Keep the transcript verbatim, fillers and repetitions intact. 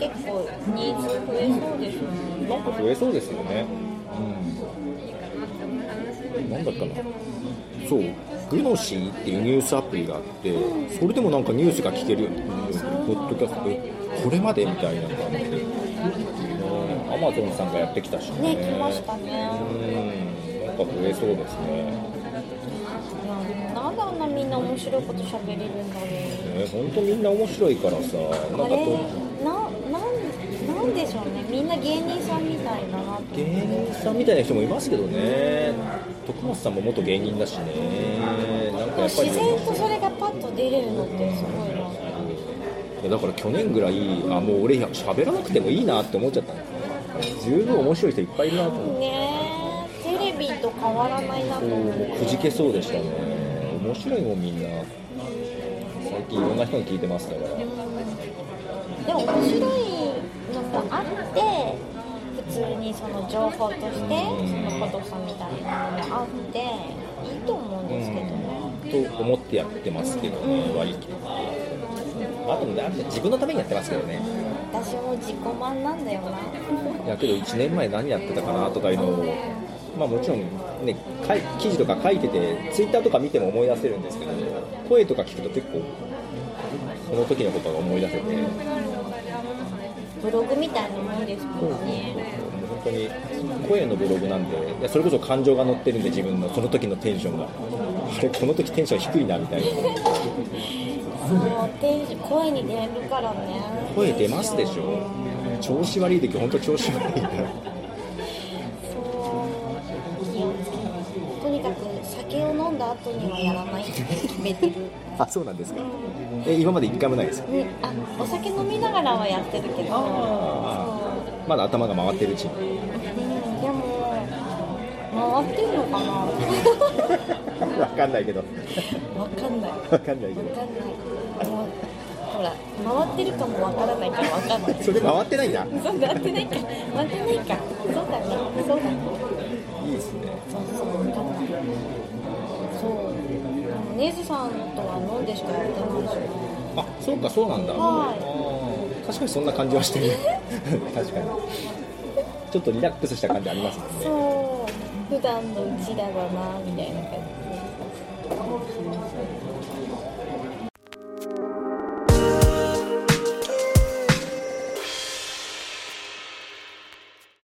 結構ニーズ増えそうですよね。 なんか増えそうですよね。うん、なんだったかな、そう、グノシーっていうニュースアプリがあって、うん、それでもなんかニュースが聞けるようになって、ポッドキャスト、え、これまでみたいなのがあって、アマゾンさんがやってきたしね。 ね、来ましたね。 うん、なんか増えそうですね。 いや、でもなんであんなみんな面白いこと喋れるんだろうね。 本当みんな面白いからさ、なんかとあれな、なん、なんでしょうね、みんな芸人さんみたいだなって。 芸人さんみたいな人もいますけどね。徳松さんも元芸人だしね。なんかやっぱり自然とそれがパッと出れるのってすごいな。 いやだから去年ぐらい、あ、もう俺喋らなくてもいいなって思っちゃったんですよ。十分面白い人いっぱいいるなと思ってね。テレビと変わらないなと思って。 くじけそうでしたね。面白いもんみんな。最近いろんな人に聞いてますから。 でも面白いのもあって普通にその情報としてそのポトフさんみたいなのもあっていいと思うんですけどね、 と思ってやってますけどね、割り切って。あとね、自分のためにやってますけどね。 私も自己満なんだよな。 いやけどいちねんまえ何やってたかなとかいうのを、まあ、もちろんね、記事とか書いててツイッターとか見ても思い出せるんですけど、声とか聞くと結構その時のことが思い出せて、 ブログみたいなもんですもんね。 本当に声のブログなんで、それこそ感情が乗ってるんで、自分のその時のテンションがあれ、この時テンション低いなみたいなそうテンション声に出るからね。 声出ますでしょ。調子悪い時本当調子悪いからとにかく酒を飲んだ後にはやらないって決めてる。 あ、そうなんですか。うん、え今まで一回もないですか、 ね、あお酒飲みながらはやってるけど、 まだ頭が回ってるうちに、 うん、でも回ってるのかなわかんないけどわかんないわかんないけどわかんないもうほら回ってるかもわからないからわかんない。 それ回ってないんだ。 そう回ってないか回ってないかそうだねそうだねいいですね。 そうそうわかんない。そうネズさんとは飲んでしかやってないしね。 あ、そうかそうなんだ。 はいあ、確かにそんな感じはしてる確かにちょっとリラックスした感じありますもんね。 そう普段のうちだろうなみたいな感じで